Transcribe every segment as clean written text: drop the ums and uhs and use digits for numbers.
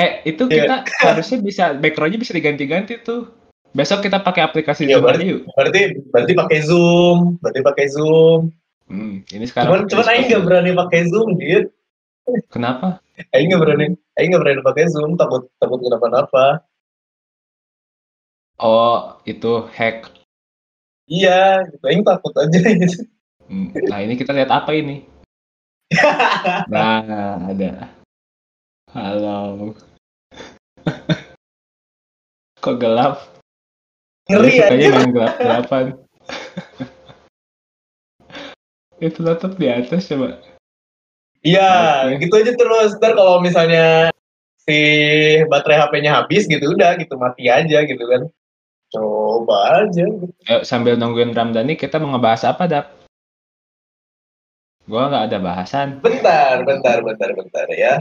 Itu Iya. kita harusnya bisa background-nya bisa diganti-ganti tuh. Besok kita pakai aplikasi Iya, Zoom aja yuk. berarti pakai Zoom. Ini sekarang pakai Cuman Aing Discord nggak dulu. berani pakai Zoom, gitu. Kenapa? Aing nggak berani pakai Zoom, takut takut kenapa-napa. Oh, itu hack. Iya, gitu. Aing takut aja gitu. Nah, ini kita lihat apa ini? Nah, ada. Halo. Kok gelap? Ngeri Dia sukanya aja. main gelap-gelapan. Itu laptop di atas coba. Iya, Oke. gitu aja terus. Ntar kalau misalnya si baterai HP-nya habis gitu, udah gitu mati aja gitu kan. Coba aja. Ayo, sambil nungguin Ramdhani, kita mau ngebahas apa, Dap? Gua nggak ada bahasan. Bentar ya.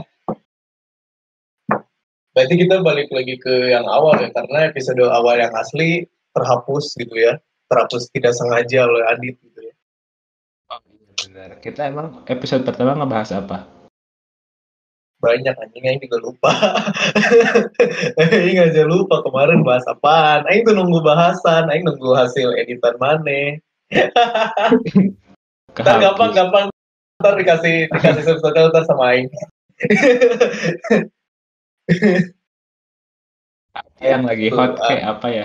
Berarti kita balik lagi ke yang awal ya, karena episode awal yang asli terhapus gitu ya. Terhapus tidak sengaja oleh Adit gitu ya. Oh, iya benar. Kita emang episode pertama ngebahas apa? Banyak anjing, Aing juga lupa. Aing aja lupa kemarin bahas apaan. Aing tuh nunggu bahasan, Aing nunggu hasil editan mana. Ntar Kehapus. gampang, ntar dikasih subtitle ntar sama Aing. Yang lagi Gitu. hot kayak apa ya?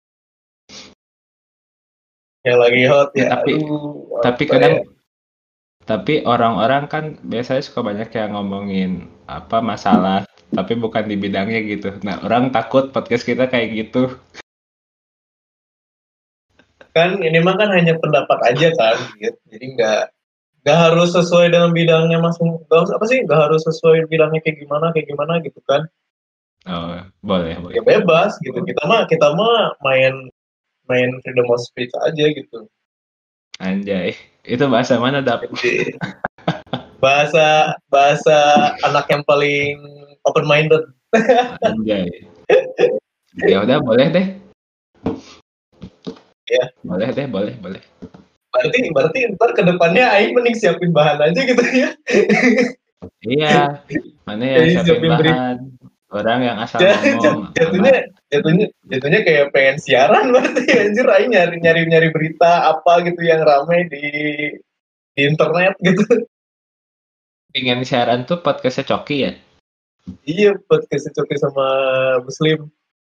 Yang lagi hot ya, Tapi aduh, apa kadang ya. orang-orang kan biasanya suka banyak yang ngomongin apa masalah, tapi bukan di bidangnya gitu. Nah, orang takut podcast kita kayak gitu. Kan ini mah kan hanya pendapat aja kan gitu. Jadi nggak harus sesuai dengan bidangnya masing, nggak harus apa sih, nggak harus sesuai bidangnya kayak gimana gitu kan. Oh, boleh, boleh. Ya bebas gitu, kita mah main main freedom of speech aja gitu. Anjay. Itu bahasa mana, Dap? Jadi bahasa bahasa anak yang paling open minded. Anjay. Ya udah, boleh deh. Ya, Boleh deh, boleh, boleh. berarti ntar kedepannya Aing mending siapin bahan aja gitu ya. Iya, mana yang Jadi siapin siapin berita. bahan? Orang yang asal ngomong jatuhnya sama jatuhnya kayak pengen siaran berarti, anjir. Aing nyari berita apa gitu yang ramai di internet gitu. pingin siaran tuh podcastnya Coki ya? Iya, podcast Coki sama Muslim.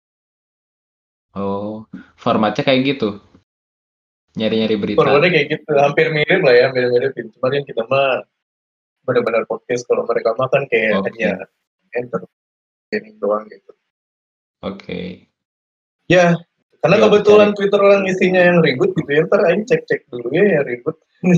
Oh, formatnya kayak gitu. Nyari-nyari berita. Formatnya kayak gitu, hampir mirip lah ya, mirip-mirip gitu. Cuman yang kita mah benar-benar podcast, kalau mereka mah kan kayak hanya Oke, entertaining doang gitu. oke. Ya, karena Yuk kebetulan dicari. Twitter orang isinya yang ribut gitu ya, ntar Aing cek-cek dulu ya yang ribut.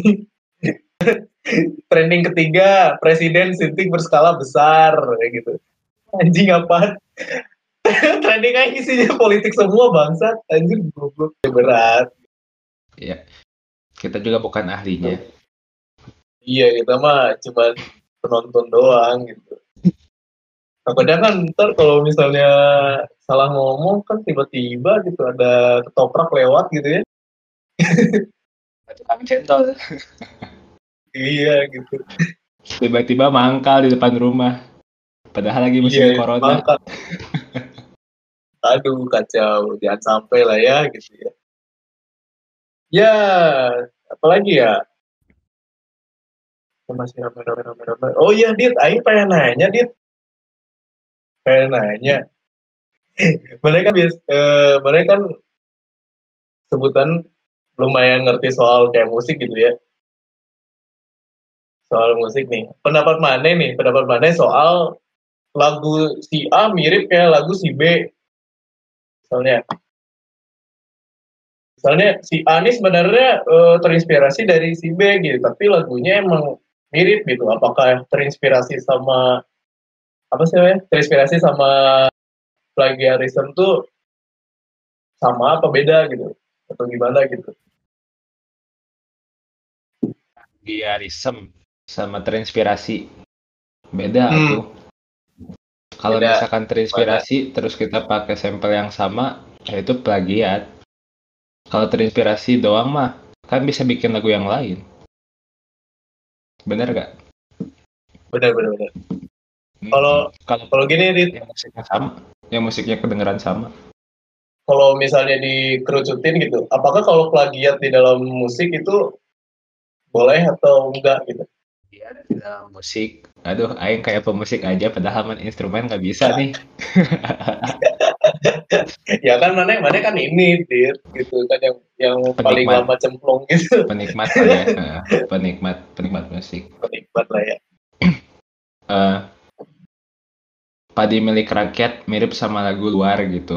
Trending ketiga, presiden suntik berskala besar kayak gitu. Anjing apa? Trending aja isinya politik semua, bangsat. Anjir, goblok. Berat. Ya, kita juga bukan ahlinya. Iya, kita mah cuma penonton doang gitu. Nah, kadang kan ntar kalau misalnya salah ngomong kan tiba-tiba gitu ada ketoprak lewat gitu ya. Tukang cendol. Iya gitu. Tiba-tiba mangkal di depan rumah. Padahal lagi Iya, musim corona. mangkat. Aduh, kacau. Jangan sampai lah ya gitu ya. Ya, apalagi ya? Masih rame. Oh iya, Dit. Aing pengen nanya, Dit. Pengen nanya. Mereka kan sebutan lumayan ngerti soal kayak musik gitu ya. Soal musik nih. Pendapat mana soal lagu si A mirip kayak lagu si B. Misalnya, si A ini sebenarnya terinspirasi dari si B gitu, tapi lagunya emang mirip gitu. Apakah terinspirasi sama apa sih ya? Terinspirasi sama plagiarism tuh sama apa beda gitu? Atau gimana gitu? Diarisem sama terinspirasi. Beda Hmm, tuh. Kalau beda. misalkan Mana? terinspirasi terus kita pakai sampel yang sama, ya itu plagiat. Kalau terinspirasi doang mah, kan bisa bikin lagu yang lain. Bener gak? Benar. Kalau Kalau kalau gini, Dit, yang musiknya sama, yang musiknya kedengeran sama. kalau misalnya dikerucutin gitu, apakah kalau plagiat di dalam musik itu boleh atau enggak gitu? Iya, di dalam musik. Aduh, aing kayak pemusik aja padahal main instrumen nggak bisa nih. Ya kan mana mana kan ini, Dit, gitu kan yang paling Penikmat, lama cemplung gitu. penikmat kali ya. Penikmat, penikmat musik. Penikmat lah ya. Eh, Padi milik rakyat mirip sama lagu luar gitu.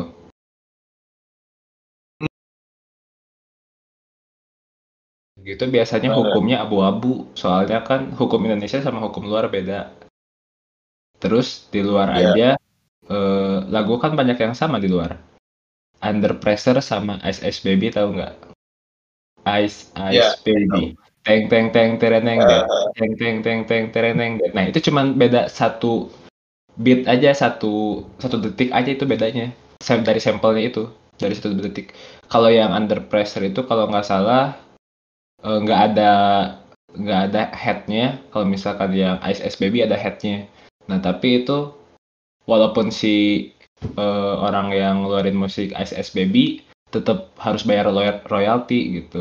Gitu biasanya Gimana? hukumnya abu-abu. Soalnya kan hukum Indonesia sama hukum luar beda. Terus di luar Ya, aja lagu kan banyak yang sama di luar. Under Pressure sama Ice Ice Baby tahu nggak? Ice Ice ya, Baby. tahu. Teng teng teng tereneng deh. Eh, Teng teng teng teng tereneng deh. Nah itu cuman beda satu beat aja, satu satu detik aja itu bedanya. Dari sampelnya itu, dari satu detik. Kalau yang Under Pressure itu kalau nggak salah eh, nggak ada nggak ada headnya. Kalau misalkan yang Ice Ice Baby ada headnya. Nah tapi itu walaupun si orang yang ngeluarin musik Ice Ice Baby tetap harus bayar royalti gitu.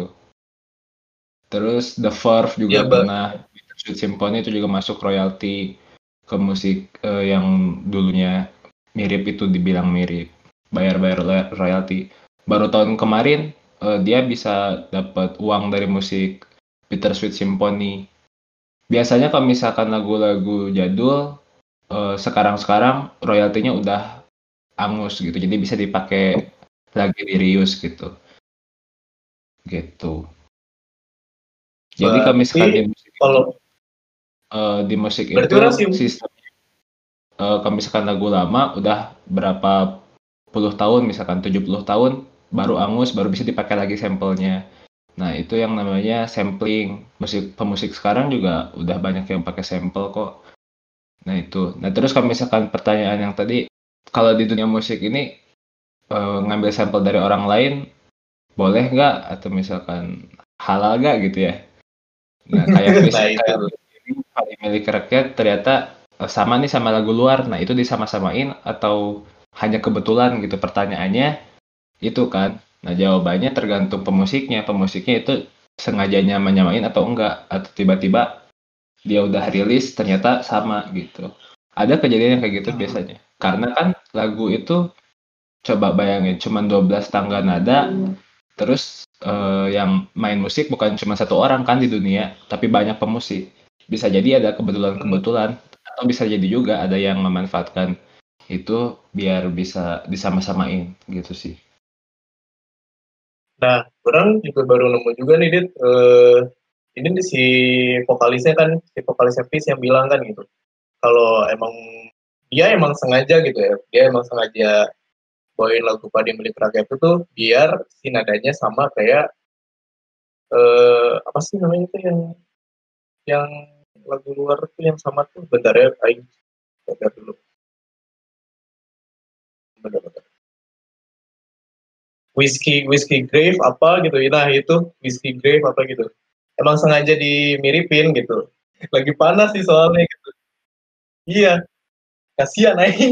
Terus The Verve juga ya, pernah Bittersweet Symphony itu juga masuk royalti ke musik yang dulunya mirip itu dibilang mirip bayar-bayar royalti. Baru tahun kemarin dia bisa dapat uang dari musik Bittersweet Symphony. Biasanya kalau misalkan lagu-lagu jadul sekarang-sekarang royaltinya udah angus gitu, jadi bisa dipakai lagi di reuse gitu. Gitu. Jadi kalau berarti misalkan kalau di musik berarti itu orang sih, sistem kalau misalkan lagu lama udah berapa puluh tahun, misalkan 70 tahun baru angus, baru bisa dipakai lagi sampelnya. Nah, itu yang namanya sampling. Pemusik sekarang juga udah banyak yang pakai sampel kok. Nah, itu. Nah, terus kalau misalkan pertanyaan yang tadi, kalau di dunia musik ini ngambil sampel dari orang lain boleh nggak atau misalkan halal nggak gitu ya? Nah, kayak nah freestyle itu. ini paling milik rakyat ternyata sama nih sama lagu luar. Nah, itu disama-samain atau hanya kebetulan gitu pertanyaannya itu kan. Nah, jawabannya tergantung pemusiknya. Pemusiknya itu sengajanya menyamain atau enggak atau tiba-tiba dia udah rilis ternyata sama gitu. Ada kejadian yang kayak gitu Hmm. biasanya. Karena kan lagu itu coba bayangin cuma 12 tangga nada. Terus yang main musik bukan cuma satu orang kan di dunia, tapi banyak pemusik. Bisa jadi ada Hmm. kebetulan-kebetulan, atau bisa jadi juga ada yang memanfaatkan itu biar bisa disama-samain gitu sih. Nah, orang juga baru nemu juga nih, Dit. Ini nih si vokalisnya kan, si vokalisnya Fish yang bilang kan gitu. Kalau emang dia emang sengaja gitu ya, dia emang sengaja bawain lagu Padi Milik Rakyat itu tuh biar si nadanya sama kayak apa sih namanya itu yang lagu luar tuh yang sama tuh, bentar ya, aing bentar dulu, bentar, bentar. Whiskey Grave apa gitu, nah itu Whiskey Grave apa gitu, emang sengaja dimiripin gitu, lagi panas sih soalnya gitu. Iya, kasihan aing.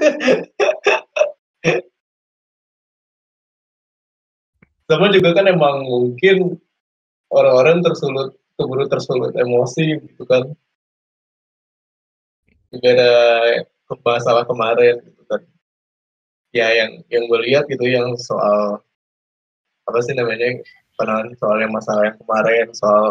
Sama juga kan emang mungkin orang-orang keburu tersulut emosi gitu kan, juga ada masalah kemarin gitu kan, ya yang gue lihat gitu yang soal apa sih namanya, penanganan soal yang masalah yang kemarin soal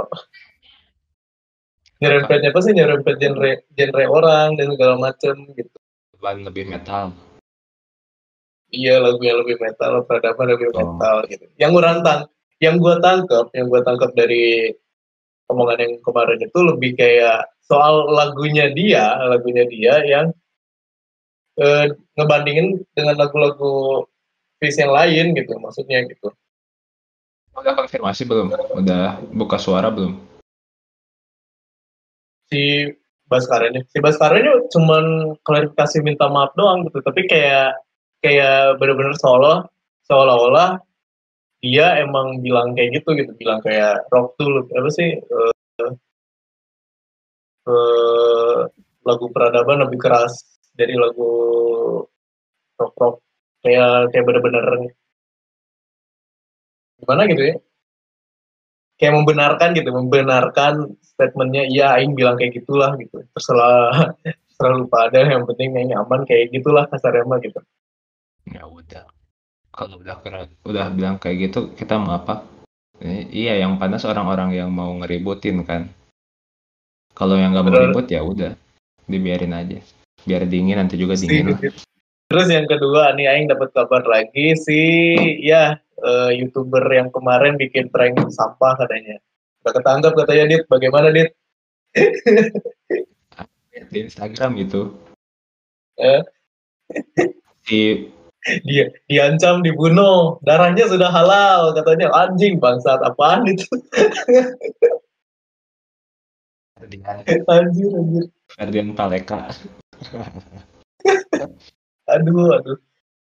Apa? nyerempetnya apa sih, nyerempet genre orang dan segala macem gitu. Beban lebih metal. Iya, lagunya lebih metal, peradaban lebih Oh, metal gitu. Yang gue tangkap dari omongan yang kemarin itu lebih kayak soal lagunya dia yang eh, ngebandingin dengan lagu-lagu Fish yang lain gitu, maksudnya gitu. udah konfirmasi belum? Udah buka suara belum? Si si Baskara ini cuman klarifikasi minta maaf doang gitu, tapi kayak kayak bener-bener seolah-olah dia emang bilang kayak gitu gitu, bilang kayak rock dulu apa sih, eh, lagu peradaban lebih keras dari lagu rock kayak bener-bener gimana gitu ya, kayak membenarkan statementnya, iya aing bilang kayak gitulah gitu, terserah terserah lupa ada, yang penting aing aman kayak gitulah kasarnya mah gitu. Ya udah. Kalau udah bilang kayak gitu, kita mau apa? Iya, yang panas orang-orang yang mau ngeributin kan. Kalau yang nggak mau Terus ribut ya udah, dibiarin aja. Biar dingin nanti juga si dingin lah. terus yang kedua nih aing dapat kabar lagi si ya YouTuber yang kemarin bikin prank sampah katanya udah ketangkap katanya. Dit, bagaimana Dit? Di Instagram gitu. Eh, Si dia diancam dibunuh, darahnya sudah halal katanya. Anjing, bangsat apaan itu? Ferdian, Anjir, anjir. Ferdian Paleka. Aduh.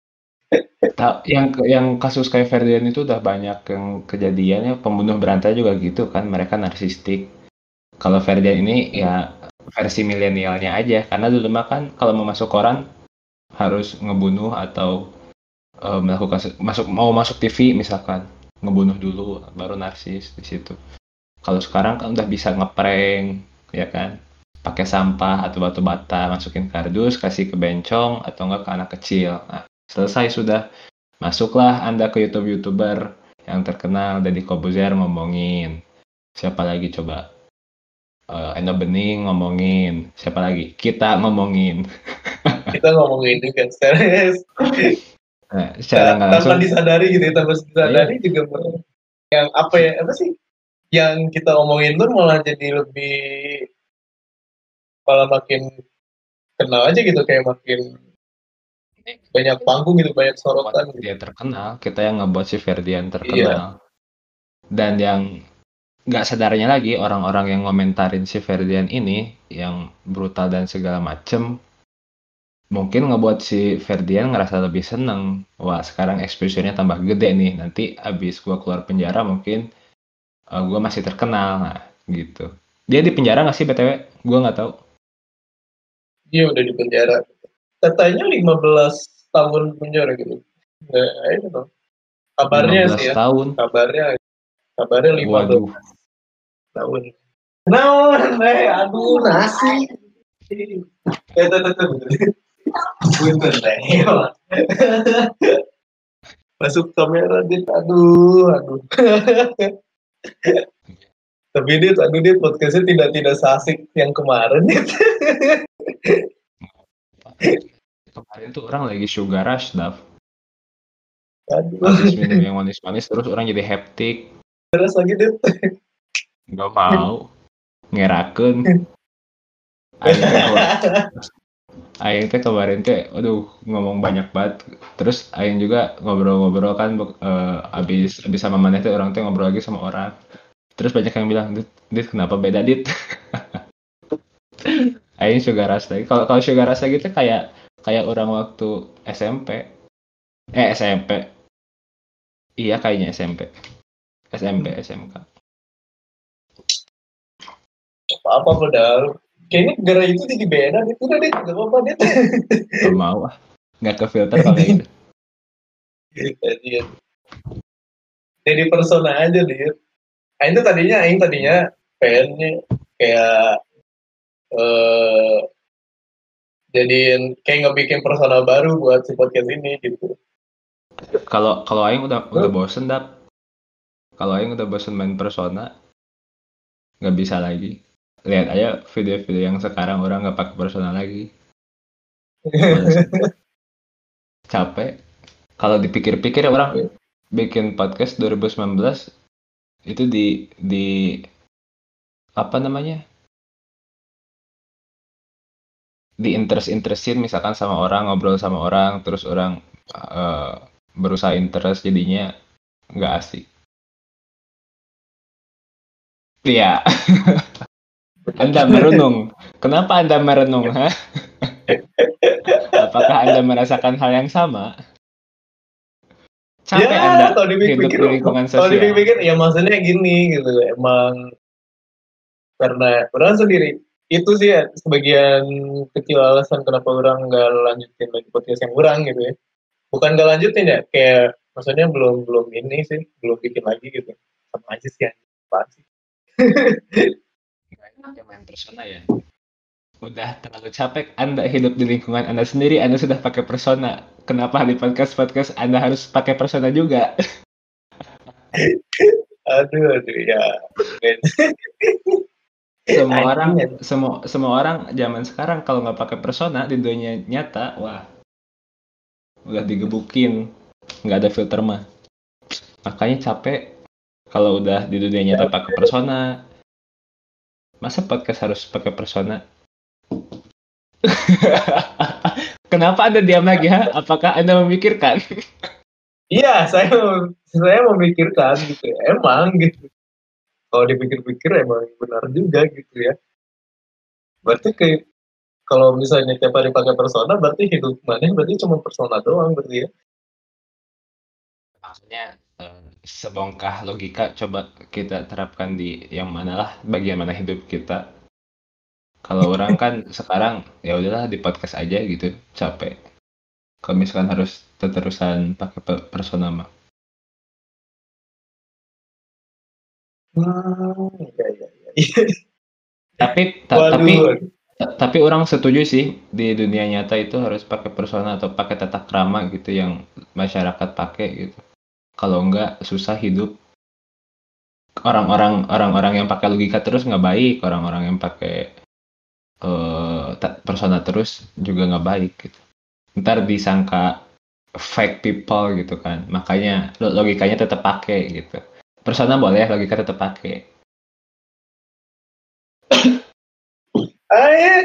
Yang kasus kayak Ferdian itu udah banyak yang kejadiannya, pembunuh berantai juga gitu kan, mereka narsistik. Kalau Ferdian ini ya versi milenialnya aja, karena dulu mah kan kalau mau masuk koran harus ngebunuh atau melakukan masuk TV misalkan, ngebunuh dulu baru narsis di situ. Kalau sekarang kan udah bisa ngeprank, ya kan, pakai sampah atau batu bata masukin kardus kasih ke bencong atau enggak ke anak kecil. Nah, selesai sudah. Masuklah Anda ke YouTuber yang terkenal, Deddy Kobuzer ngomongin. Siapa lagi coba? Eno Bening ngomongin. Siapa lagi? Kita ngomongin. Kita ngomongin juga secara Nah, secara nggak tanpa langsung, disadari gitu ya, tanpa iya, disadari juga yang apa ya, apa sih yang kita omongin tuh malah jadi lebih, malah makin kenal aja gitu, kayak makin banyak panggung gitu, banyak buat sorotan gitu. dia terkenal, kita yang ngebuat si Ferdian Iya, terkenal. Dan yang nggak sadarnya lagi, orang-orang yang ngomentarin si Ferdian ini, yang brutal dan segala macem, mungkin ngebuat si Ferdian ngerasa lebih seneng. Wah, sekarang exposure-nya tambah gede nih. Nanti abis gua keluar penjara mungkin gue masih terkenal, nah gitu. Dia di penjara nggak sih BTW? Gue nggak tahu. dia udah di penjara katanya 15 tahun penjara gitu. Itu tuh lima kabarnya belas sih ya, tahun. kabarnya kabarnya 15 Waduh. tahun. Nah, aduh nasi. Punten deh. Masuk kamera Dit, aduh. Tapi Dit, aduh Dit, podcastnya tidak seasik yang kemarin Dit. Kemarin tuh orang lagi sugar rush, Dav. Abis Aduh, minum yang manis-manis, terus orang jadi heptik. terus lagi Dit. Nggak mau. Ngeraken. Aing teh keluar. Aing teh kemarin teh, aduh, ngomong banyak banget. Terus Aing juga ngobrol-ngobrol kan, abis sama maneh teh orang teh ngobrol lagi sama orang. Terus banyak yang bilang, Dit, kenapa beda, Dit? Aing sugar rush lagi. Kalau kalau sugar rush lagi tuh kayak kayak orang waktu SMP. SMP. Iya kayaknya SMP. SMP, SMK. Apa padahal kayaknya gara itu jadi beda Dit. Udah Dit, gak apa-apa Dit. Gak mau ah. Nggak ke filter kalau kayak gitu. Jadi persona aja Dit. Aing tadinya pengennya kayak eh jadiin kayak ngebikin persona baru buat si podcast ini gitu. Kalau kalau Aing udah Tuh, bosen dap. Kalau Aing udah bosen main persona, nggak bisa lagi. Lihat aja video-video yang sekarang orang nggak pakai persona lagi. Males, capek. Kalau dipikir-pikir ya orang bikin podcast 2019 itu di apa namanya, di interestin misalkan sama orang, ngobrol sama orang terus orang eh, berusaha interest, jadinya nggak asik. Iya. Anda merenung, kenapa Anda merenung, hah? Apakah Anda merasakan hal yang sama? ya Capek Anda kalau hidup dipikir-pikir di lingkungan kalau sosial. dipikir-pikir ya maksudnya gini gitu, emang karena orang sendiri itu sih ya, sebagian kecil alasan kenapa orang nggak lanjutin lagi podcast yang orang gitu ya. Bukan nggak lanjutin ya, kayak maksudnya belum belum ini sih, belum bikin lagi gitu. Sama aja sih, apaan sih. Nggak enak ya main persona ya. Udah terlalu capek Anda hidup di lingkungan Anda sendiri, Anda sudah pakai persona. Kenapa di podcast-podcast Anda harus pakai persona juga? Aduh ya. Semua orang, Anjing. semua orang zaman sekarang kalau nggak pakai persona di dunia nyata, wah, udah digebukin, nggak ada filter mah. Makanya capek kalau udah di dunia nyata pakai persona. Masa podcast harus pakai persona? Kenapa Anda diam lagi, ha? Apakah Anda memikirkan? Iya, saya memikirkan gitu ya. Emang gitu. Kalau dipikir-pikir emang benar juga gitu ya. Berarti kayak kalau misalnya tiap hari pakai persona, berarti hidup mana berarti cuma persona doang berarti ya. Maksudnya sebongkah logika coba kita terapkan di yang mana lah bagian mana hidup kita. Kalau orang kan sekarang ya udahlah di podcast aja gitu, capek. Kalau misalkan harus terusan pakai persona mah. Iya, iya, iya. Tapi tapi Waduh. tapi orang setuju sih di dunia nyata itu harus pakai persona atau pakai tata krama gitu yang masyarakat pakai gitu. Kalau enggak susah hidup. Orang-orang yang pakai logika terus nggak baik, orang-orang yang pakai persona terus juga nggak baik gitu. Ntar disangka fake people gitu kan. Makanya logikanya tetap pakai gitu. Persona boleh, logika tetap pakai. Ya,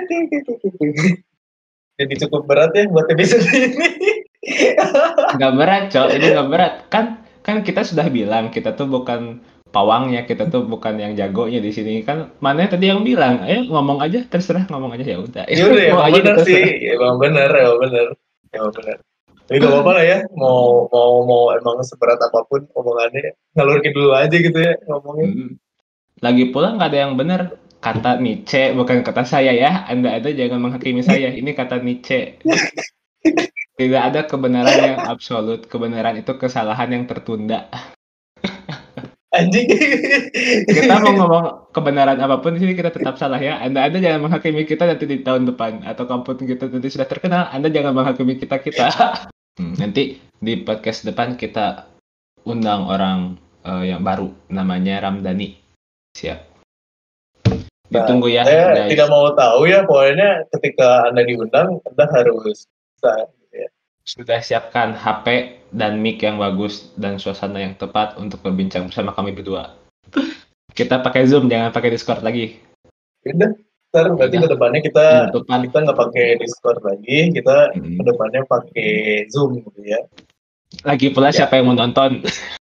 jadi cukup berat ya buat episode ini. Nggak berat, Cok. Ini nggak berat. Kan kita sudah bilang kita tuh bukan pawangnya, kita tuh bukan yang jagonya di sini kan. Mana tadi yang bilang, ayo ngomong aja, terserah ngomong aja ya udah. Ya udah ya, Mau emang aja benar sih, terserah. emang benar, emang benar, emang benar. Tapi gak apa-apa lah ya, mau emang seberat apapun omongannya, ngalurin dulu aja gitu ya ngomongin. Lagi pula nggak ada yang benar. Kata Nietzsche bukan kata saya ya. Anda ada jangan menghakimi saya. Ini kata Nietzsche. Tidak ada kebenaran yang absolut. Kebenaran itu kesalahan yang tertunda. Anjing. Kita mau ngomong kebenaran apapun di sini kita tetap salah ya. Anda jangan menghakimi kita nanti di tahun depan atau kampus kita nanti sudah terkenal. Anda jangan menghakimi kita. Nanti di podcast depan kita undang orang yang baru namanya Ramdhani. Siap. Nah, Ditunggu ya saya tidak guys. mau tahu ya, pokoknya ketika Anda diundang, Anda harus bisa gitu ya. Sudah siapkan HP dan mic yang bagus dan suasana yang tepat untuk berbincang bersama kami berdua. Kita pakai Zoom, jangan pakai Discord lagi. Udah, ntar berarti Udah, kedepannya kita penutupan. kita nggak pakai Discord lagi, kita Mm-mm. kedepannya pakai Zoom gitu ya. Lagi pula Ya, siapa yang mau nonton?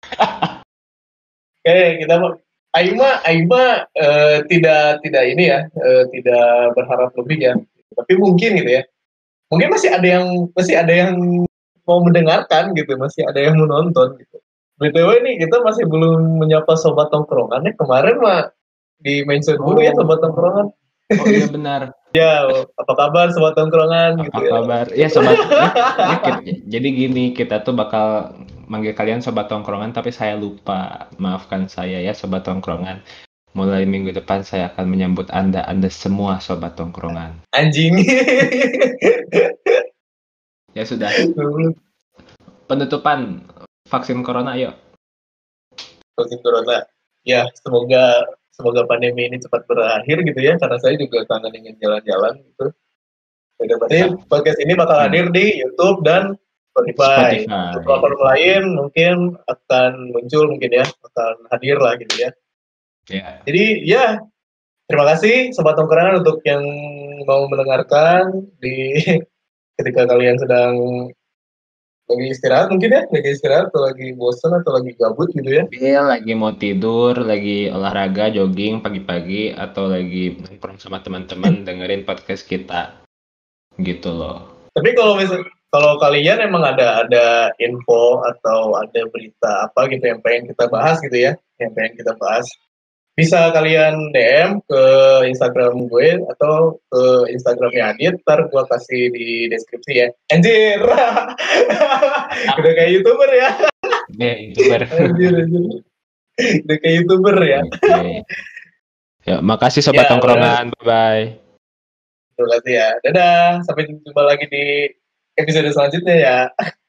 kita Aima tidak ini ya, tidak berharap lebih ya. Tapi mungkin gitu ya. Mungkin masih ada yang mau mendengarkan gitu, masih ada yang menonton gitu. BTW nih kita masih belum menyapa sobat tongkrongan ya. Kemarin mah di mention dulu ya Oh, sobat tongkrongan. oh iya benar. Ya, apa kabar sobat tongkrongan Apa gitu ya. kabar? Ya sobat, jadi gini, kita tuh bakal manggil kalian sobat tongkrongan, tapi saya lupa. Maafkan saya ya sobat tongkrongan. Mulai minggu depan saya akan menyambut Anda semua sobat tongkrongan. Anjing. Ya sudah, penutupan vaksin corona yuk. Vaksin corona. Ya, semoga pandemi ini cepat berakhir gitu ya, karena saya juga kangen ingin jalan-jalan gitu. Udah, berarti podcast ini bakal hadir di YouTube dan Spotify. Spotify. Untuk platform lain mungkin akan muncul mungkin ya, akan hadir lah gitu ya. Ya. Jadi ya, terima kasih sobat tongkrongan untuk yang mau mendengarkan di ketika kalian sedang lagi istirahat mungkin ya, lagi istirahat atau lagi bosan atau lagi gabut gitu ya. Dia lagi mau tidur, lagi olahraga, jogging pagi-pagi, atau lagi nongkrong sama teman-teman dengerin podcast kita. Gitu loh. Tapi kalau kalian emang ada info atau ada berita apa gitu yang pengen kita bahas gitu ya, yang pengen kita bahas, bisa kalian DM ke Instagram gue atau ke Instagramnya Adit, ntar gue kasih di deskripsi ya. Anjir, udah kayak YouTuber ya. Ya, YouTuber. Anjir. Udah kayak YouTuber ya. Oke. Ya, makasih sobat Ya, benar. tongkrongan. Bye-bye. Terima kasih ya. Dadah, sampai jumpa lagi di episode selanjutnya ya.